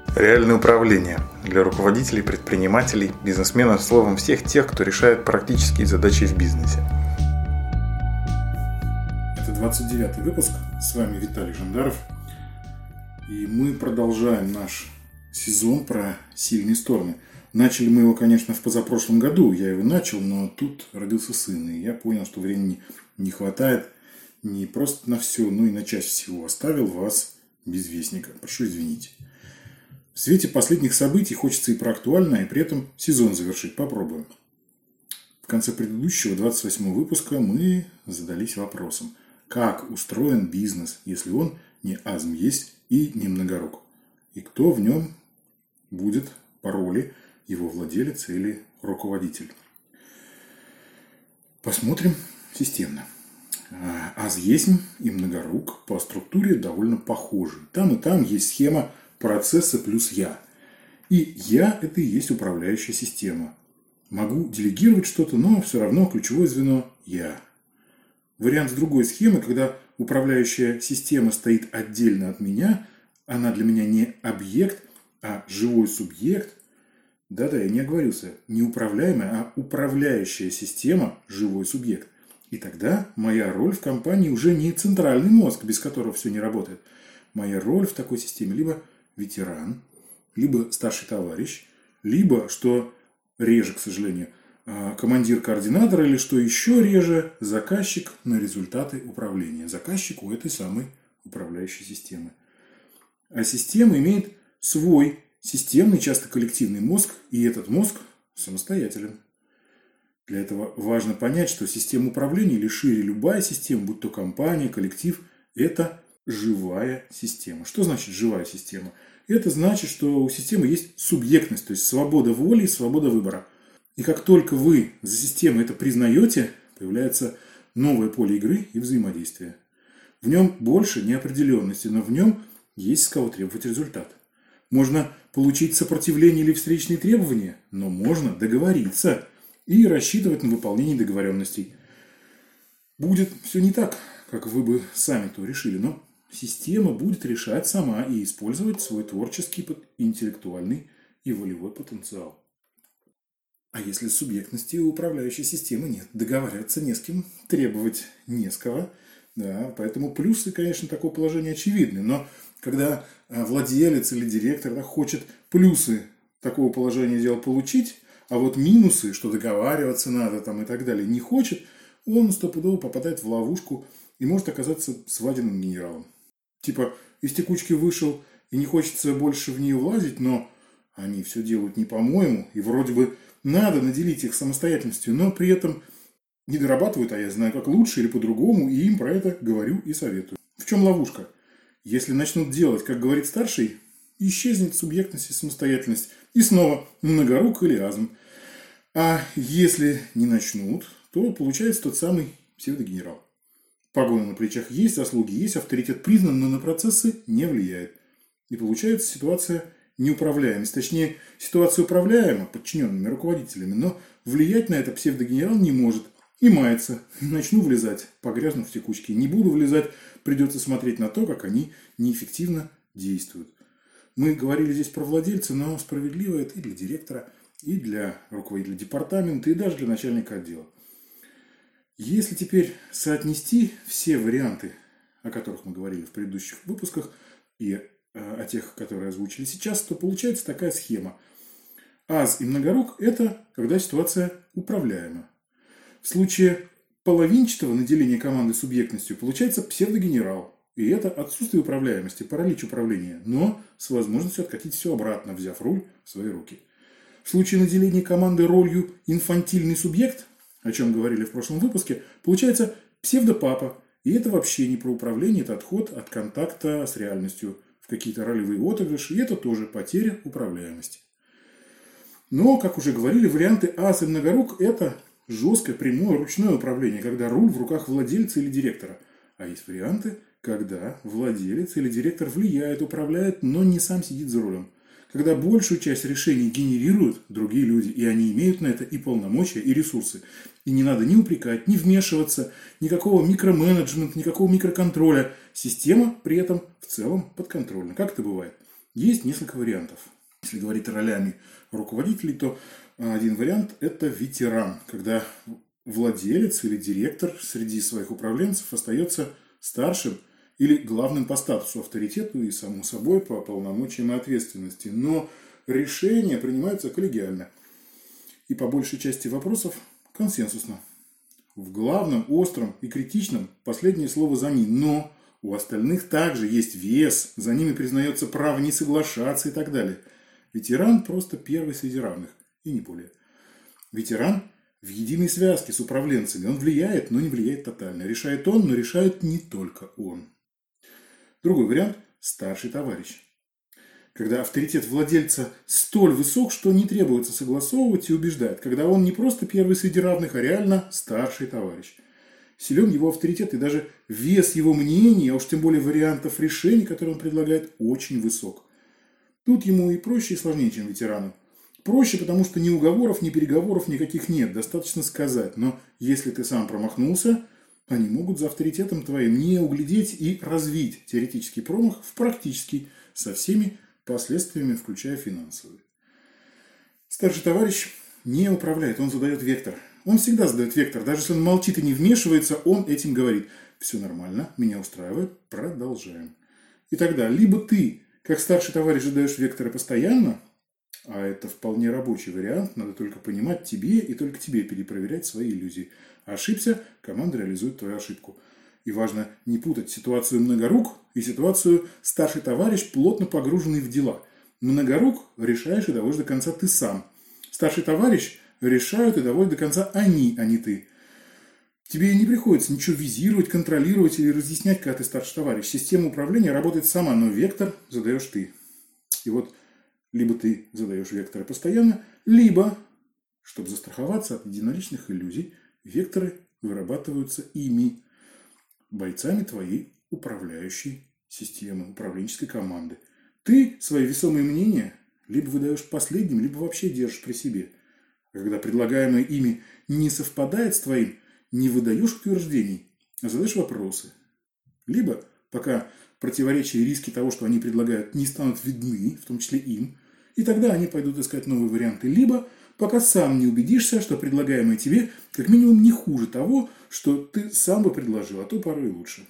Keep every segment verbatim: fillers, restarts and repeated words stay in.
Реальное управление для руководителей, предпринимателей, бизнесменов, словом, всех тех, кто решает практические задачи в бизнесе. Это двадцать девятый выпуск. С вами Виталий Жандаров. И мы продолжаем наш сезон про сильные стороны. Начали мы его, конечно, в позапрошлом году. Я его начал, но тут родился сын. И я понял, что времени не хватает не просто на все, но и на часть всего. Оставил вас без вестника. Прошу извинить. В свете последних событий хочется и про актуальное, и при этом сезон завершить. Попробуем. В конце предыдущего, двадцать восьмого выпуска, мы задались вопросом, как устроен бизнес, если он не азм есть и не многорук, и кто в нем будет по роли его владелец или руководитель. Посмотрим системно. Аз есть и многорук по структуре довольно похожи. Там и там есть схема процесса плюс я. И я – это и есть управляющая система. Могу делегировать что-то, но все равно ключевое звено – я. Вариант с другой схемы, когда управляющая система стоит отдельно от меня, она для меня не объект, а живой субъект. Да-да, я не оговорился. Не управляемая, а управляющая система – живой субъект. И тогда моя роль в компании уже не центральный мозг, без которого все не работает. Моя роль в такой системе либо ветеран, либо старший товарищ, либо, что реже, к сожалению, командир-координатор, или, что еще реже, заказчик на результаты управления. Заказчик у этой самой управляющей системы. А система имеет свой системный, часто коллективный мозг, и этот мозг самостоятелен. Для этого важно понять, что система управления, или шире любая система, будь то компания, коллектив, это живая система. Что значит живая система? Это значит, что у системы есть субъектность, то есть свобода воли и свобода выбора. И как только вы за системой это признаете, появляется новое поле игры и взаимодействия. В нем больше неопределенности, но в нем есть с кого требовать результат. Можно получить сопротивление или встречные требования, но можно договориться и рассчитывать на выполнение договоренностей. Будет все не так, как вы бы сами то решили, но система будет решать сама и использовать свой творческий, интеллектуальный и волевой потенциал. А если субъектности у управляющей системы нет, договариваться не с кем, требовать не с кого. Да, поэтому плюсы, конечно, такого положения очевидны. Но когда владелец или директор да, хочет плюсы такого положения дела получить, а вот минусы, что договариваться надо там, и так далее, не хочет, он стопудово попадает в ловушку и может оказаться свадебным генералом. Типа, из текучки вышел и не хочется больше в нее влазить, но они все делают не по-моему, и вроде бы надо наделить их самостоятельностью, но при этом не дорабатывают, а я знаю как лучше или по-другому, и им про это говорю и советую. В чем ловушка? Если начнут делать, как говорит старший, исчезнет субъектность и самостоятельность, и снова многорук или азм. А если не начнут, то получается тот самый псевдогенерал. Погона на плечах есть, заслуги есть, авторитет признан, но на процессы не влияет. И получается ситуация неуправляемости. Точнее, ситуация управляема подчиненными руководителями, но влиять на это псевдогенерал не может. И мается. Начну влезать, погрязну в текучке. Не буду влезать, придется смотреть на то, как они неэффективно действуют. Мы говорили здесь про владельца, но справедливо это и для директора, и для руководителя департамента, и даже для начальника отдела. Если теперь соотнести все варианты, о которых мы говорили в предыдущих выпусках, и о тех, которые озвучили сейчас, то получается такая схема. Аз и многорук – это когда ситуация управляема. В случае половинчатого наделения команды субъектностью получается псевдогенерал. И это отсутствие управляемости, паралич управления, но с возможностью откатить все обратно, взяв руль в свои руки. В случае наделения команды ролью инфантильный субъект, о чем говорили в прошлом выпуске, получается псевдопапа. И это вообще не про управление, это отход от контакта с реальностью в какие-то ролевые отыгрыши, и это тоже потеря управляемости. Но, как уже говорили, варианты аз и многорук – это жесткое, прямое, ручное управление, когда руль в руках владельца или директора. А есть варианты, когда владелец или директор влияет, управляет, но не сам сидит за рулем. Когда большую часть решений генерируют другие люди, и они имеют на это и полномочия, и ресурсы. И не надо ни упрекать, ни вмешиваться, никакого микроменеджмента, никакого микроконтроля. Система при этом в целом подконтрольна. Как это бывает? Есть несколько вариантов. Если говорить ролями руководителей, то один вариант – это ветеран, когда владелец или директор среди своих управленцев остается старшим или главным по статусу, авторитету и, само собой, по полномочиям и ответственности. Но решения принимаются коллегиально и по большей части вопросов консенсусно. В главном, остром и критичном последнее слово за ним, но у остальных также есть вес, за ними признается право не соглашаться и так далее. Ветеран просто первый среди равных, и не более. Ветеран в единой связке с управленцами. Он влияет, но не влияет тотально. Решает он, но решает не только он. Другой вариант – старший товарищ. Когда авторитет владельца столь высок, что не требуется согласовывать и убеждать. Когда он не просто первый среди равных, а реально старший товарищ. Силен его авторитет и даже вес его мнений, а уж тем более вариантов решений, которые он предлагает, очень высок. Тут ему и проще, и сложнее, чем ветерану. Проще, потому что ни уговоров, ни переговоров никаких нет, достаточно сказать. Но если ты сам промахнулся, они могут за авторитетом твоим не углядеть и развить теоретический промах в практический, со всеми последствиями, включая финансовые. Старший товарищ не управляет, он задает вектор. Он всегда задает вектор, даже если он молчит и не вмешивается, он этим говорит. Все нормально, меня устраивает, продолжаем. И тогда либо ты, как старший товарищ, задаешь векторы постоянно, а это вполне рабочий вариант, надо только понимать тебе и только тебе перепроверять свои иллюзии. Ошибся, команда реализует твою ошибку. И важно не путать ситуацию многорук и ситуацию старший товарищ, плотно погруженный в дела. Многорук решаешь и доводишь до конца ты сам. Старший товарищ решают и доводят до конца они, а не ты. Тебе не приходится ничего визировать, контролировать или разъяснять, когда ты старший товарищ. Система управления работает сама, но вектор задаешь ты. И вот либо ты задаешь векторы постоянно, либо, чтобы застраховаться от единоличных иллюзий, векторы вырабатываются ими, бойцами твоей управляющей системы, управленческой команды. Ты свои весомые мнения либо выдаешь последним, либо вообще держишь при себе. А когда предлагаемое ими не совпадает с твоим, не выдаешь утверждений, а задаешь вопросы. Либо, пока противоречия и риски того, что они предлагают, не станут видны, в том числе им, и тогда они пойдут искать новые варианты. Либо, пока сам не убедишься, что предлагаемое тебе как минимум не хуже того, что ты сам бы предложил, а то порой и лучше.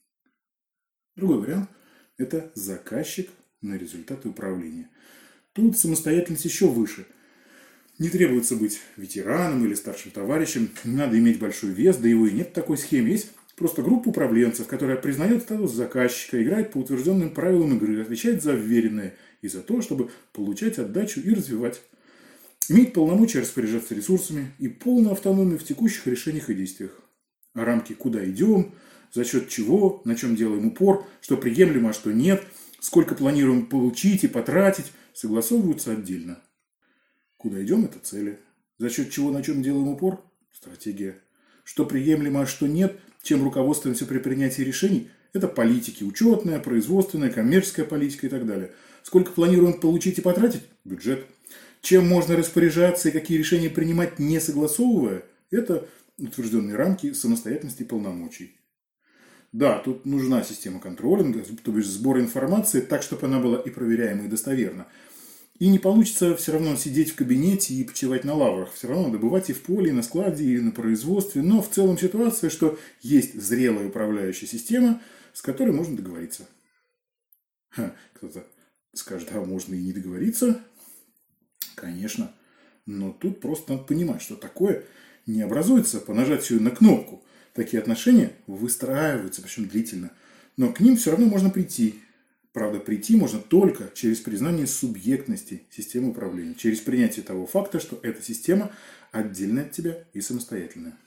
Другой вариант – это заказчик на результаты управления. Тут самостоятельность еще выше. Не требуется быть ветераном или старшим товарищем, не надо иметь большой вес, да его и нет в такой схеме. Есть просто группа управленцев, которая признает статус заказчика, играет по утвержденным правилам игры, отвечает за вверенное и за то, чтобы получать отдачу и развивать. Имеет полномочия распоряжаться ресурсами и полную автономию в текущих решениях и действиях. А рамки «куда идем», за счет чего, на чем делаем упор, что приемлемо, а что нет, сколько планируем получить и потратить, согласовываются отдельно. Куда идем – это цели. За счет чего, на чем делаем упор – стратегия. Что приемлемо, а что нет, чем руководствуемся при принятии решений – это политики, учетная, производственная, коммерческая политика и так далее. Сколько планируем получить и потратить – бюджет. Чем можно распоряжаться и какие решения принимать, не согласовывая – это утвержденные рамки самостоятельности и полномочий. Да, тут нужна система контролинга, то есть сбор информации так, чтобы она была и проверяема, и достоверна. И не получится все равно сидеть в кабинете и почивать на лаврах. Все равно надо бывать и в поле, и на складе, и на производстве. Но в целом ситуация, что есть зрелая управляющая система, с которой можно договориться. Ха, кто-то скажет, а можно и не договориться? Конечно. Но тут просто надо понимать, что такое не образуется по нажатию на кнопку. Такие отношения выстраиваются, причем длительно. Но к ним все равно можно прийти. Правда, прийти можно только через признание субъектности системы управления. Через принятие того факта, что эта система отдельная от тебя и самостоятельная.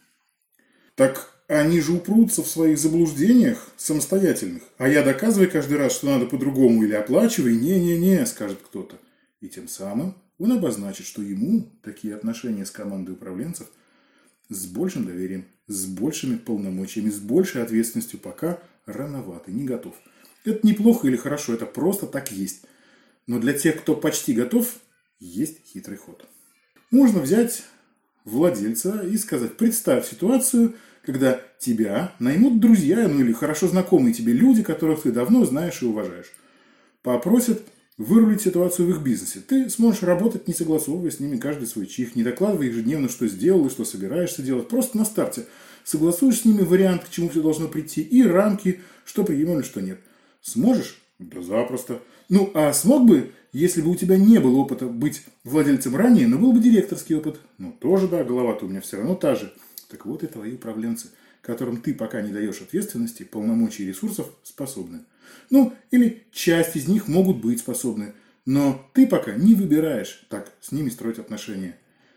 Так они же упрутся в своих заблуждениях самостоятельных. А я доказываю каждый раз, что надо по-другому или оплачивай. Не-не-не, скажет кто-то. И тем самым он обозначит, что ему такие отношения с командой управленцев с большим доверием, с большими полномочиями, с большей ответственностью пока рановато, не готов. Это неплохо или хорошо, это просто так есть. Но для тех, кто почти готов, есть хитрый ход. Можно взять владельца и сказать, представь ситуацию, когда тебя наймут друзья, ну или хорошо знакомые тебе люди, которых ты давно знаешь и уважаешь. Попросят вырулить ситуацию в их бизнесе. Ты сможешь работать, не согласовывая с ними каждый свой чих, не докладывая ежедневно, что сделал и что собираешься делать. Просто на старте согласуешь с ними вариант, к чему все должно прийти, и рамки, что приемлемо, что нет. Сможешь? Да запросто. Ну, а смог бы, если бы у тебя не было опыта быть владельцем ранее, но был бы директорский опыт? Ну, тоже да, голова-то у меня все равно та же. Так вот и твои управленцы, которым ты пока не даешь ответственности, полномочий и ресурсов, способны. Ну, или часть из них могут быть способны, но ты пока не выбираешь так с ними строить отношения.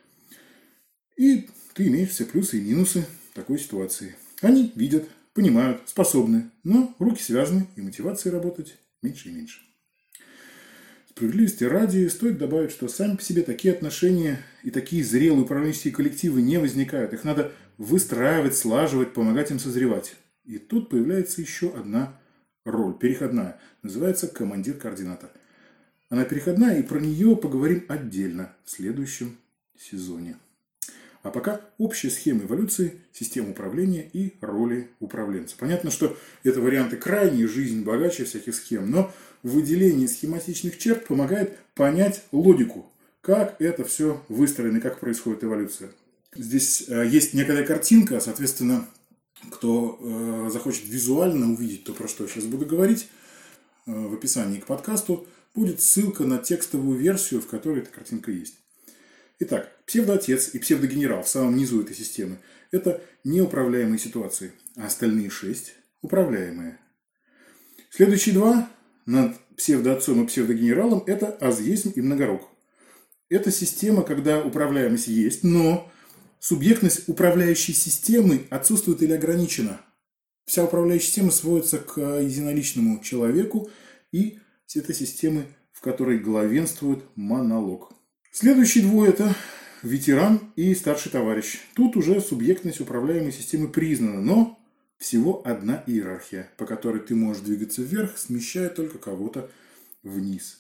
И ты имеешь все плюсы и минусы такой ситуации. Они видят, понимают, способны, но руки связаны и мотивации работать меньше и меньше. Справедливости ради стоит добавить, что сами по себе такие отношения и такие зрелые управленческие коллективы не возникают. Их надо выстраивать, слаживать, помогать им созревать. И тут появляется еще одна роль, переходная. Называется командир-координатор. Она переходная, и про нее поговорим отдельно в следующем сезоне. А пока общая схема эволюции, система управления и роли управленца. Понятно, что это варианты крайние, жизнь богаче всяких схем, но выделение схематичных черт помогает понять логику, как это все выстроено и как происходит эволюция. Здесь э, есть некая картинка, соответственно, кто э, захочет визуально увидеть то, про что я сейчас буду говорить, э, в описании к подкасту будет ссылка на текстовую версию, в которой эта картинка есть. Итак, псевдоотец и псевдогенерал в самом низу этой системы – это неуправляемые ситуации, а остальные шесть – управляемые. Следующие два над псевдоотцом и псевдогенералом – это аз есть и многорог. Это система, когда управляемость есть, но субъектность управляющей системы отсутствует или ограничена. Вся управляющая система сводится к единоличному человеку и это системы, в которой главенствует монолог. Следующие двое – это ветеран и старший товарищ. Тут уже субъектность управляемой системы признана, но всего одна иерархия, по которой ты можешь двигаться вверх, смещая только кого-то вниз.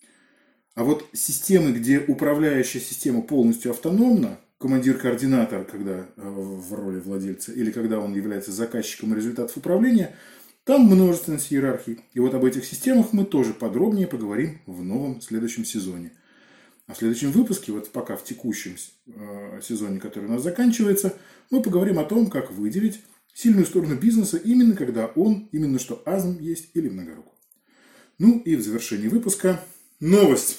А вот системы, где управляющая система полностью автономна, командир-координатор, когда в роли владельца, или когда он является заказчиком результатов управления, там множественность иерархий. И вот об этих системах мы тоже подробнее поговорим в новом следующем сезоне. А в следующем выпуске, вот пока в текущем э, сезоне, который у нас заканчивается, мы поговорим о том, как выделить сильную сторону бизнеса, именно когда он, именно что азм есть или многорог. Ну и в завершении выпуска новость.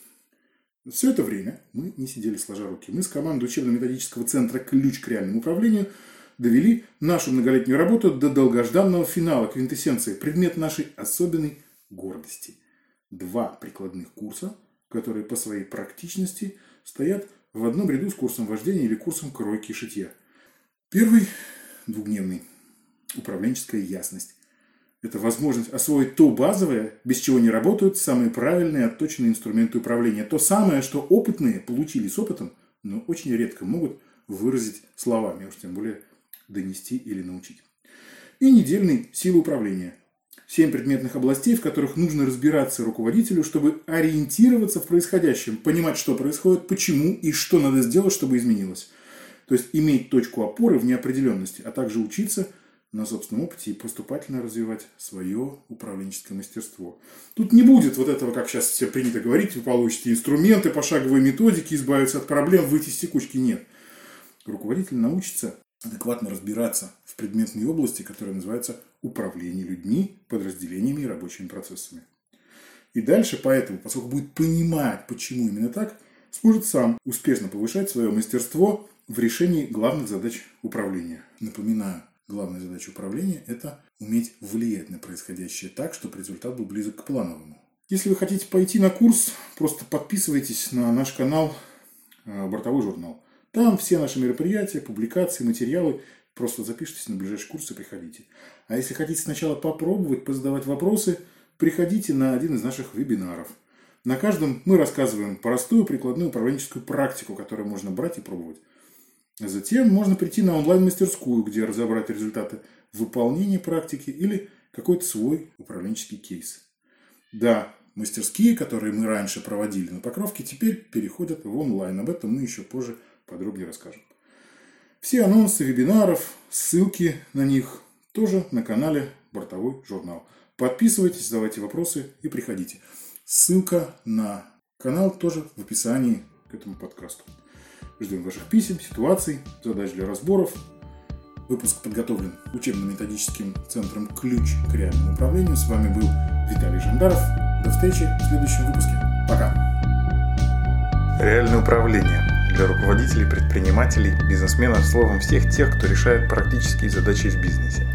Все это время мы не сидели сложа руки. Мы с командой учебно-методического центра «Ключ к реальному управлению» довели нашу многолетнюю работу до долгожданного финала, квинтэссенции, предмет нашей особенной гордости. Два прикладных курса, которые по своей практичности стоят в одном ряду с курсом вождения или курсом кройки и шитья. Первый двухдневный – управленческая ясность. Это возможность освоить то базовое, без чего не работают самые правильные отточенные инструменты управления. То самое, что опытные получили с опытом, но очень редко могут выразить словами, уж тем более донести или научить. И недельный силы управления. Семь предметных областей, в которых нужно разбираться руководителю, чтобы ориентироваться в происходящем, понимать, что происходит, почему и что надо сделать, чтобы изменилось. То есть иметь точку опоры в неопределенности, а также учиться на собственном опыте и поступательно развивать свое управленческое мастерство. Тут не будет вот этого, как сейчас все принято говорить, вы получите инструменты, пошаговые методики, избавиться от проблем, выйти из текучки. Нет. Руководитель научится адекватно разбираться в предметной области, которая называется управление людьми, подразделениями и рабочими процессами. И дальше поэтому, поскольку будет понимать, почему именно так, сможет сам успешно повышать свое мастерство в решении главных задач управления. Напоминаю, главная задача управления – это уметь влиять на происходящее так, чтобы результат был близок к плановому. Если вы хотите пойти на курс, просто подписывайтесь на наш канал «Бортовой журнал». Там все наши мероприятия, публикации, материалы. Просто запишитесь на ближайший курс и приходите. А если хотите сначала попробовать, позадавать вопросы, приходите на один из наших вебинаров. На каждом мы рассказываем простую прикладную управленческую практику, которую можно брать и пробовать. Затем можно прийти на онлайн-мастерскую, где разобрать результаты выполнения практики или какой-то свой управленческий кейс. Да, мастерские, которые мы раньше проводили на Покровке, теперь переходят в онлайн. Об этом мы еще позже подробнее расскажем. Все анонсы вебинаров, ссылки на них тоже на канале «Бортовой журнал». Подписывайтесь, задавайте вопросы и приходите. Ссылка на канал тоже в описании к этому подкасту. Ждем ваших писем, ситуаций, задач для разборов. Выпуск подготовлен учебно-методическим центром «Ключ к реальному управлению». С вами был Виталий Жандаров. До встречи в следующем выпуске. Пока. Реальное управление для руководителей, предпринимателей, бизнесменов, словом, всех тех, кто решает практические задачи в бизнесе.